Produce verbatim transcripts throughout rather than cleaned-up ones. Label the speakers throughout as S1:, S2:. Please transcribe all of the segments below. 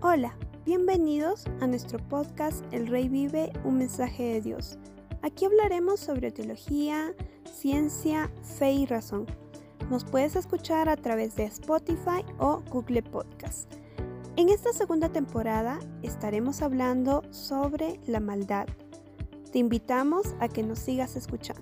S1: Hola, bienvenidos a nuestro podcast El Rey Vive, un mensaje de Dios. Aquí hablaremos sobre teología, ciencia, fe y razón. Nos puedes escuchar a través de Spotify o Google Podcast. En esta segunda temporada estaremos hablando sobre la maldad. Te invitamos a que nos sigas escuchando.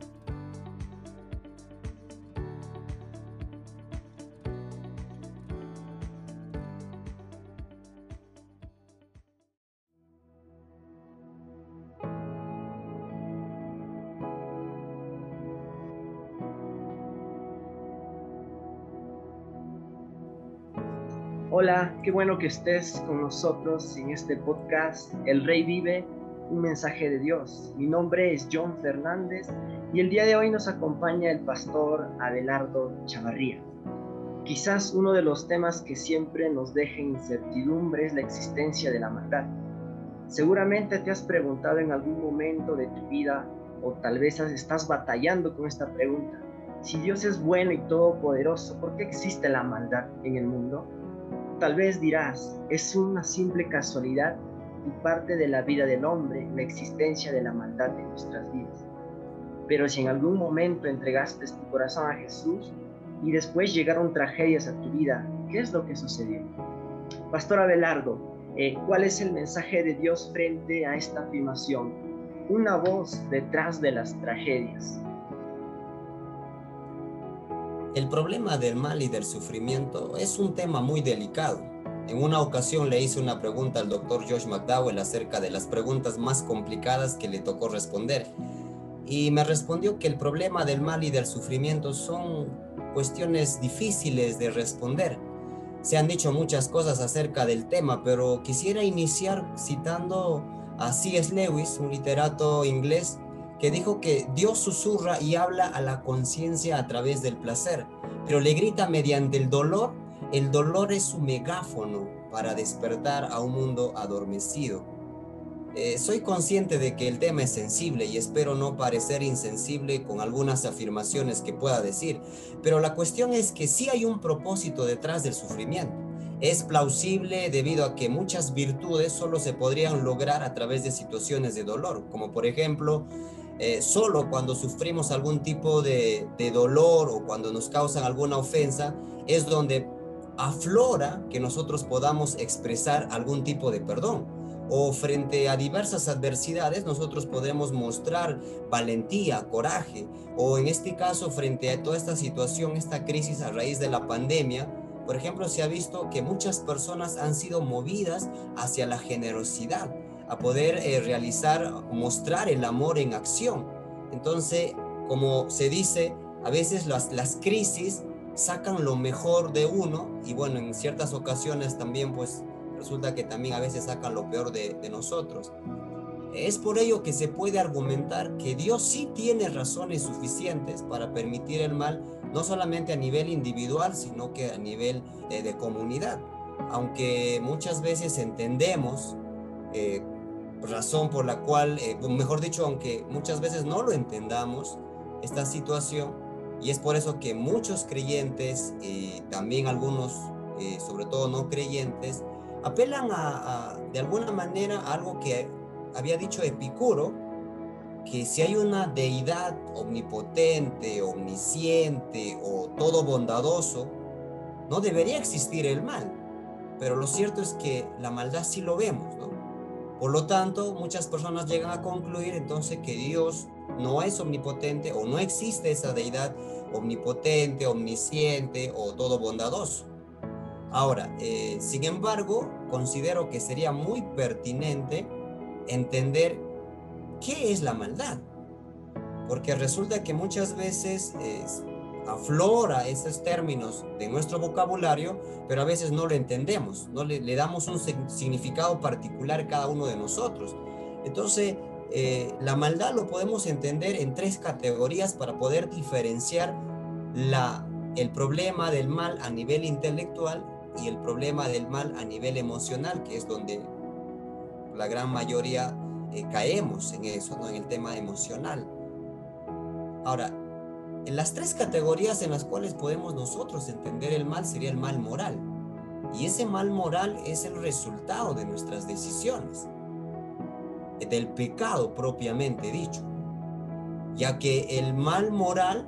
S2: Hola, qué bueno que estés con nosotros en este podcast El Rey Vive, un mensaje de Dios. Mi nombre es John Fernández y el día de hoy nos acompaña el pastor Abelardo Chavarría. Quizás uno de los temas que siempre nos deja incertidumbre es la existencia de la maldad. Seguramente te has preguntado en algún momento de tu vida, o tal vez estás batallando con esta pregunta: si Dios es bueno y todopoderoso, ¿por qué existe la maldad en el mundo? Tal vez dirás, es una simple casualidad y parte de la vida del hombre la existencia de la maldad en nuestras vidas. Pero si en algún momento entregaste tu corazón a Jesús y después llegaron tragedias a tu vida, ¿qué es lo que sucedió? Pastor Abelardo, eh, ¿cuál es el mensaje de Dios frente a esta afirmación? Una voz detrás de las tragedias.
S3: El problema del mal y del sufrimiento es un tema muy delicado. En una ocasión le hice una pregunta al doctor Josh McDowell acerca de las preguntas más complicadas que le tocó responder. Y me respondió que el problema del mal y del sufrimiento son cuestiones difíciles de responder. Se han dicho muchas cosas acerca del tema, pero quisiera iniciar citando a C S Lewis, un literato inglés, que dijo que Dios susurra y habla a la conciencia a través del placer, pero le grita mediante el dolor. El dolor es su megáfono para despertar a un mundo adormecido. Eh, soy consciente de que el tema es sensible y espero no parecer insensible con algunas afirmaciones que pueda decir, pero la cuestión es que sí hay un propósito detrás del sufrimiento. Es plausible debido a que muchas virtudes solo se podrían lograr a través de situaciones de dolor, como por ejemplo, eh, solo cuando sufrimos algún tipo de, de dolor o cuando nos causan alguna ofensa, es donde aflora que nosotros podamos expresar algún tipo de perdón. O frente a diversas adversidades nosotros podemos mostrar valentía, coraje, o en este caso frente a toda esta situación, esta crisis a raíz de la pandemia, por ejemplo, se ha visto que muchas personas han sido movidas hacia la generosidad, a poder eh, realizar, mostrar el amor en acción. Entonces, como se dice, a veces las, las crisis sacan lo mejor de uno y bueno, en ciertas ocasiones también pues resulta que también a veces sacan lo peor de, de nosotros. Es por ello que se puede argumentar que Dios sí tiene razones suficientes para permitir el mal, no solamente a nivel individual, sino que a nivel eh, de comunidad. Aunque muchas veces entendemos, eh, razón por la cual, eh, mejor dicho, aunque muchas veces no lo entendamos, esta situación, y es por eso que muchos creyentes, y eh, también algunos, eh, sobre todo no creyentes, apelan a, a, de alguna manera a algo que había dicho Epicuro, que si hay una deidad omnipotente, omnisciente o todo bondadoso, no debería existir el mal. Pero lo cierto es que la maldad sí lo vemos, ¿no? Por lo tanto, muchas personas llegan a concluir entonces que Dios no es omnipotente o no existe esa deidad omnipotente, omnisciente o todo bondadoso. Ahora, eh, sin embargo, considero que sería muy pertinente entender qué es la maldad, porque resulta que muchas veces eh, aflora esos términos de nuestro vocabulario, pero a veces no lo entendemos, no le, le damos un significado particular a cada uno de nosotros. Entonces, eh, la maldad lo podemos entender en tres categorías para poder diferenciar la, el problema del mal a nivel intelectual y el problema del mal a nivel emocional, que es donde la gran mayoría eh, caemos en eso, ¿no? En el tema emocional. Ahora, en las tres categorías en las cuales podemos nosotros entender el mal sería el mal moral. Y ese mal moral es el resultado de nuestras decisiones, del pecado propiamente dicho, ya que el mal moral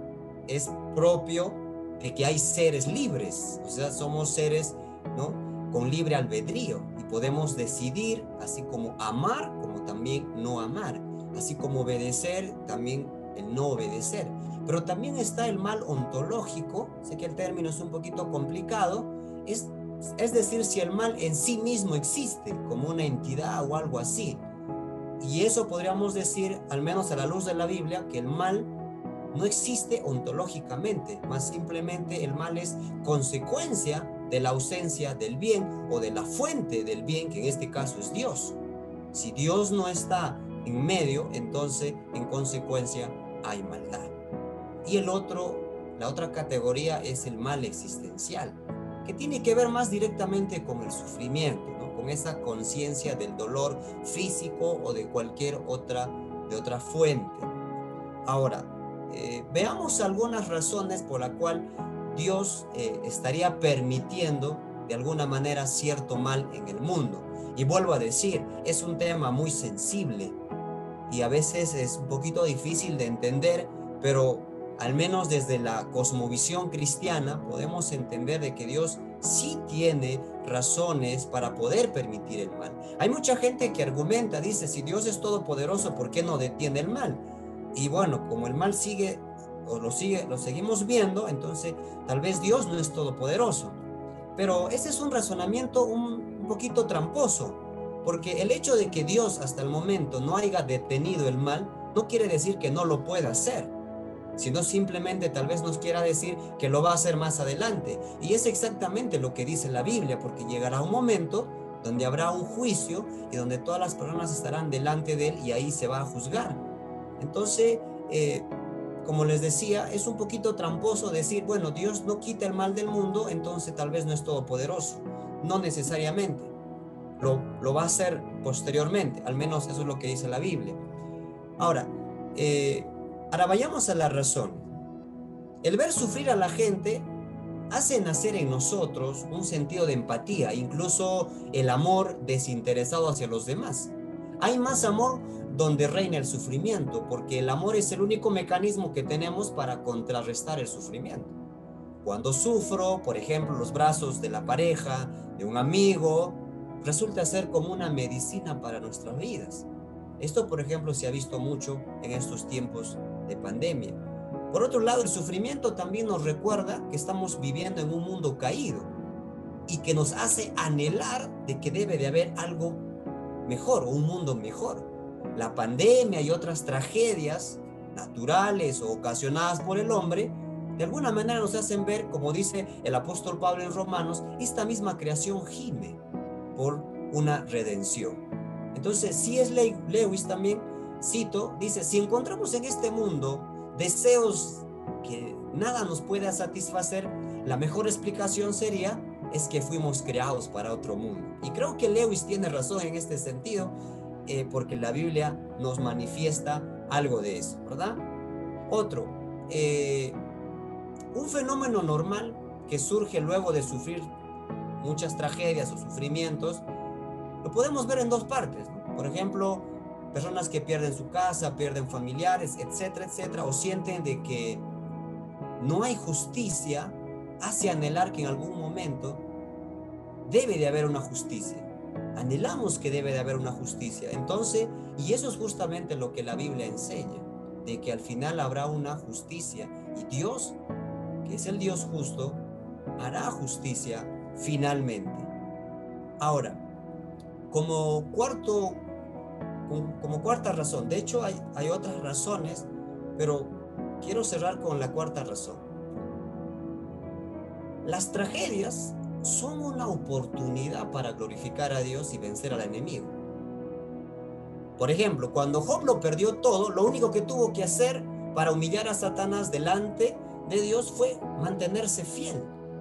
S3: es propio de que hay seres libres, o sea, somos seres, ¿no?, con libre albedrío y podemos decidir, así como amar, como también no amar, así como obedecer, también el no obedecer. Pero también está el mal ontológico, sé que el término es un poquito complicado, es, es decir, si el mal en sí mismo existe como una entidad o algo así. Y eso podríamos decir, al menos a la luz de la Biblia, que el mal no existe ontológicamente, más simplemente el mal es consecuencia de la ausencia del bien o de la fuente del bien, que en este caso es Dios. Si Dios no está en medio, entonces en consecuencia hay maldad. Y el otro, la otra categoría es el mal existencial, que tiene que ver más directamente con el sufrimiento, ¿no?, con esa conciencia del dolor físico o de cualquier otra, de otra fuente. Ahora, eh, veamos algunas razones por la cual Dios eh, estaría permitiendo de alguna manera cierto mal en el mundo. Y vuelvo a decir, es un tema muy sensible y a veces es un poquito difícil de entender, pero al menos desde la cosmovisión cristiana podemos entender de que Dios sí tiene razones para poder permitir el mal. Hay mucha gente que argumenta, dice, si Dios es todopoderoso, ¿por qué no detiene el mal? Y bueno, como el mal sigue o lo sigue, lo seguimos viendo, entonces tal vez Dios no es todopoderoso. Pero ese es un razonamiento un, un poquito tramposo, porque el hecho de que Dios hasta el momento no haya detenido el mal no quiere decir que no lo pueda hacer, sino simplemente tal vez nos quiera decir que lo va a hacer más adelante. Y es exactamente lo que dice la Biblia, porque llegará un momento donde habrá un juicio y donde todas las personas estarán delante de él y ahí se va a juzgar. Entonces, eh, como les decía, es un poquito tramposo decir, bueno, Dios no quita el mal del mundo, entonces tal vez no es todopoderoso. No necesariamente. Lo, lo va a hacer posteriormente, al menos eso es lo que dice la Biblia. Ahora, eh, ahora vayamos a la razón. El ver sufrir a la gente hace nacer en nosotros un sentido de empatía, incluso el amor desinteresado hacia los demás. Hay más amor donde reina el sufrimiento, porque el amor es el único mecanismo que tenemos para contrarrestar el sufrimiento. Cuando sufro, por ejemplo, los brazos de la pareja, de un amigo, resulta ser como una medicina para nuestras vidas. Esto, por ejemplo, se ha visto mucho en estos tiempos de pandemia. Por otro lado, el sufrimiento también nos recuerda que estamos viviendo en un mundo caído y que nos hace anhelar de que debe de haber algo mejor o un mundo mejor. La pandemia y otras tragedias naturales o ocasionadas por el hombre de alguna manera nos hacen ver, como dice el apóstol Pablo en Romanos, esta misma creación gime por una redención. Entonces, C S Lewis también, cito, dice, si encontramos en este mundo deseos que nada nos pueda satisfacer, la mejor explicación sería es que fuimos creados para otro mundo. Y creo que Lewis tiene razón en este sentido, eh, porque la Biblia nos manifiesta algo de eso, ¿verdad? Otro, eh, un fenómeno normal que surge luego de sufrir muchas tragedias o sufrimientos, lo podemos ver en dos partes, ¿no? Por ejemplo, personas que pierden su casa, pierden familiares, etcétera, etcétera, o sienten de que no hay justicia, hace anhelar que en algún momento debe de haber una justicia. Anhelamos que debe de haber una justicia. Entonces, y eso es justamente lo que la Biblia enseña, de que al final habrá una justicia y Dios, que es el Dios justo, hará justicia finalmente. Ahora, como cuarto, como cuarta razón, de hecho hay, hay otras razones, pero quiero cerrar con la cuarta razón. Las tragedias son una oportunidad para glorificar a Dios y vencer al enemigo. Por ejemplo, cuando Job lo perdió todo, lo único que tuvo que hacer para humillar a Satanás delante de Dios fue mantenerse fiel.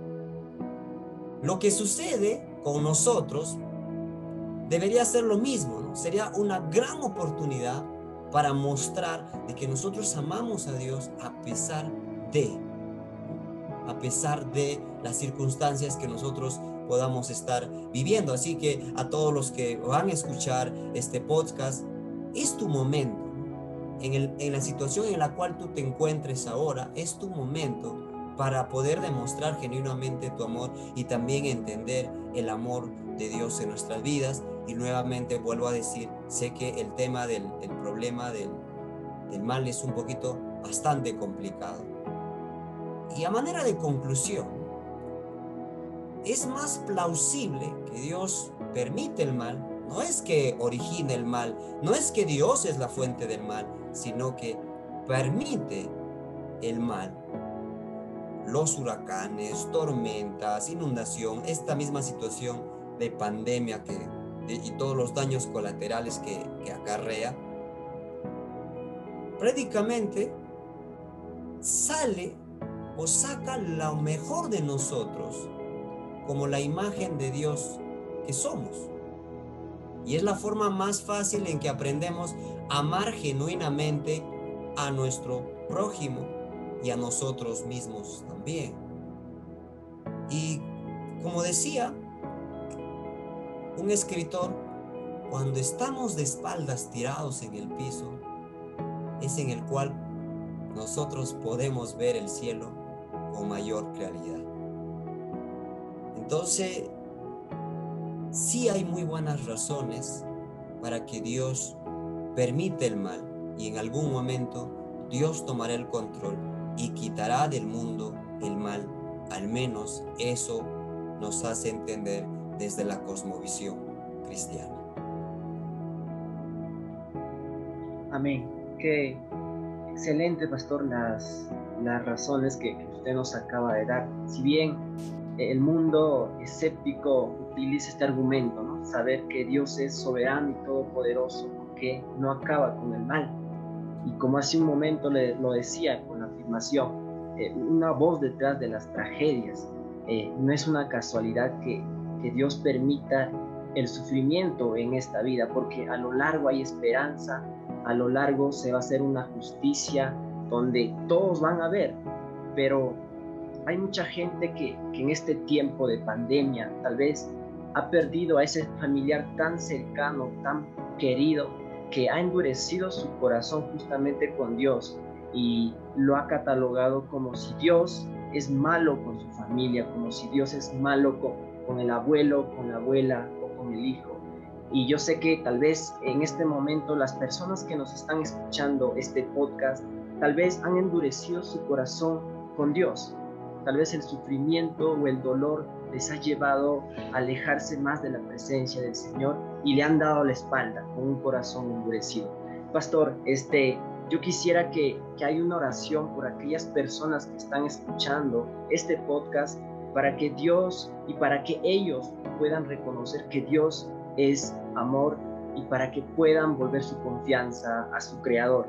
S3: Lo que sucede con nosotros debería ser lo mismo, ¿no? Sería una gran oportunidad para mostrar de que nosotros amamos a Dios a pesar de, a pesar de las circunstancias que nosotros podamos estar viviendo. Así que a todos los que van a escuchar este podcast, es tu momento. En, el, en la situación en la cual tú te encuentres ahora, es tu momento para poder demostrar genuinamente tu amor y también entender el amor de Dios en nuestras vidas. Y nuevamente vuelvo a decir, sé que el tema del el problema del, del mal es un poquito bastante complicado. Y a manera de conclusión, es más plausible que Dios permite el mal. No es que origine el mal, no es que Dios es la fuente del mal, sino que permite el mal. Los huracanes, tormentas, inundación, esta misma situación de pandemia que, de, y todos los daños colaterales que, que acarrea, prácticamente sale o saca lo mejor de nosotros como la imagen de Dios que somos. Y es la forma más fácil en que aprendemos a amar genuinamente a nuestro prójimo y a nosotros mismos también. Y como decía un escritor, cuando estamos de espaldas tirados en el piso, es en el cual nosotros podemos ver el cielo con mayor claridad. Entonces, sí hay muy buenas razones para que Dios permite el mal, y en algún momento Dios tomará el control y quitará del mundo el mal. Al menos eso nos hace entender desde la cosmovisión cristiana.
S2: Amén. Qué excelente, pastor, las, las razones que, que usted nos acaba de dar. Si bien el mundo escéptico utiliza este argumento, ¿no? Saber que Dios es soberano y todopoderoso, que no acaba con el mal. Y como hace un momento le, lo decía con la afirmación, eh, una voz detrás de las tragedias. Eh, no es una casualidad que, que Dios permita el sufrimiento en esta vida, porque a lo largo hay esperanza, a lo largo se va a hacer una justicia donde todos van a ver, pero hay mucha gente que, que en este tiempo de pandemia tal vez ha perdido a ese familiar tan cercano, tan querido, que ha endurecido su corazón justamente con Dios y lo ha catalogado como si Dios es malo con su familia, como si Dios es malo con, con el abuelo, con la abuela o con el hijo. Y yo sé que tal vez en este momento las personas que nos están escuchando este podcast tal vez han endurecido su corazón con Dios. Tal vez el sufrimiento o el dolor les ha llevado a alejarse más de la presencia del Señor y le han dado la espalda con un corazón endurecido. Pastor, este, yo quisiera que, que haya una oración por aquellas personas que están escuchando este podcast para que Dios y para que ellos puedan reconocer que Dios es amor y para que puedan volver su confianza a su Creador.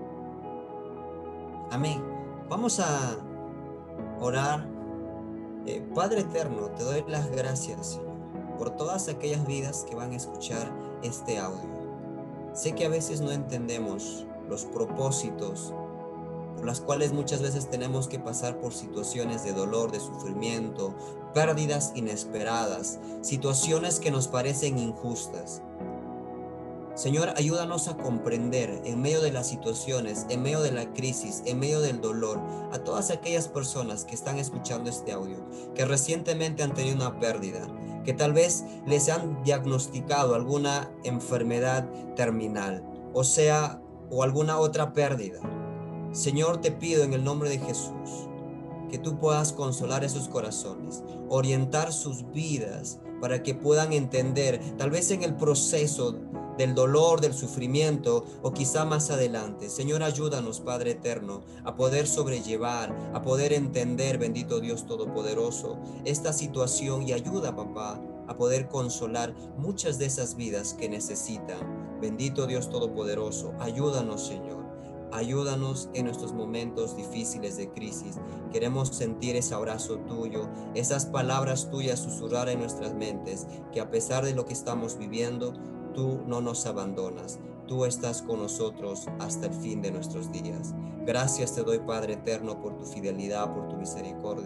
S3: Amén. Vamos a orar. Eh, Padre eterno, te doy las gracias, Señor, por todas aquellas vidas que van a escuchar este audio. Sé que a veces no entendemos los propósitos por las cuales muchas veces tenemos que pasar por situaciones de dolor, de sufrimiento, pérdidas inesperadas, situaciones que nos parecen injustas. Señor, ayúdanos a comprender en medio de las situaciones, en medio de la crisis, en medio del dolor, a todas aquellas personas que están escuchando este audio, que recientemente han tenido una pérdida, que tal vez les han diagnosticado alguna enfermedad terminal, o sea, o alguna otra pérdida. Señor, te pido en el nombre de Jesús que tú puedas consolar esos corazones, orientar sus vidas para que puedan entender, tal vez en el proceso del dolor, del sufrimiento o quizá más adelante. Señor, ayúdanos, Padre eterno, a poder sobrellevar, a poder entender, bendito Dios Todopoderoso, esta situación y ayuda, papá, a poder consolar muchas de esas vidas que necesitan. Bendito Dios Todopoderoso, ayúdanos, Señor. Ayúdanos en nuestros momentos difíciles de crisis. Queremos sentir ese abrazo tuyo, esas palabras tuyas susurrar en nuestras mentes, que a pesar de lo que estamos viviendo, tú no nos abandonas. Tú estás con nosotros hasta el fin de nuestros días. Gracias te doy, Padre eterno, por tu fidelidad, por tu misericordia.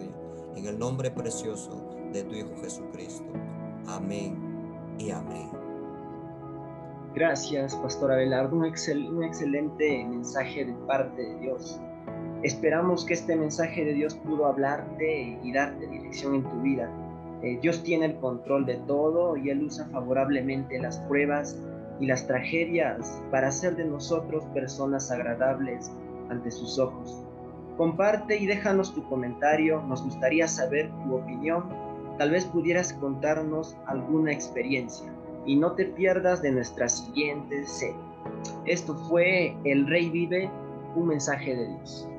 S3: en el nombre precioso de tu Hijo Jesucristo. Amén y amén.
S2: Gracias, Pastor Abelardo, un, excel, un excelente mensaje de parte de Dios. Esperamos que este mensaje de Dios pudo hablarte y darte dirección en tu vida. Eh, Dios tiene el control de todo y Él usa favorablemente las pruebas y las tragedias para hacer de nosotros personas agradables ante sus ojos. Comparte y déjanos tu comentario, nos gustaría saber tu opinión, tal vez pudieras contarnos alguna experiencia y no te pierdas de nuestra siguiente serie. Esto fue El Rey Vive, un mensaje de Dios.